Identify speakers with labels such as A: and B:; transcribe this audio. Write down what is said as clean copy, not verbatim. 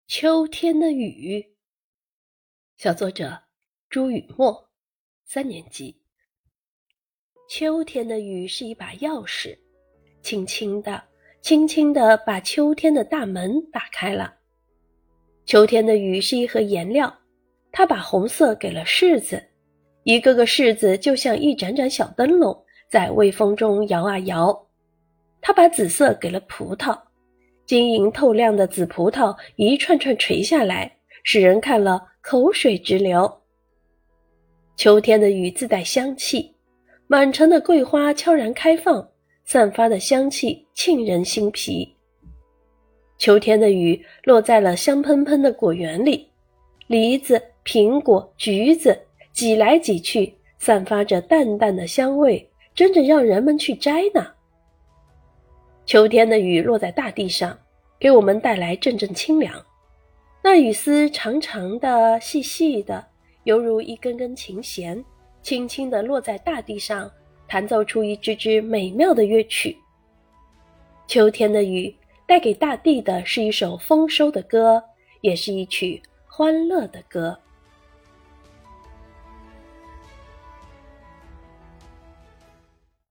A: 秋天的雨，小作者朱雨墨，3年级。秋天的雨是一把钥匙，轻轻地把秋天的大门打开了。秋天的雨是一盒颜料，它把红色给了柿子，一个个柿子就像一盏盏小灯笼，在微风中摇啊摇。它把紫色给了葡萄，晶莹透亮的紫葡萄一串串垂下来，使人看了口水直流。秋天的雨自带香气，满城的桂花悄然开放，散发的香气沁人心脾。秋天的雨落在了香喷喷的果园里，梨子、苹果、橘子挤来挤去，散发着淡淡的香味，真着让人们去摘呢。秋天的雨落在大地上，给我们带来阵阵清凉。那雨丝长长的、细细的，犹如一根根琴弦，轻轻地落在大地上，弹奏出一支支美妙的乐曲。秋天的雨带给大地的是一首丰收的歌，也是一曲欢乐的歌。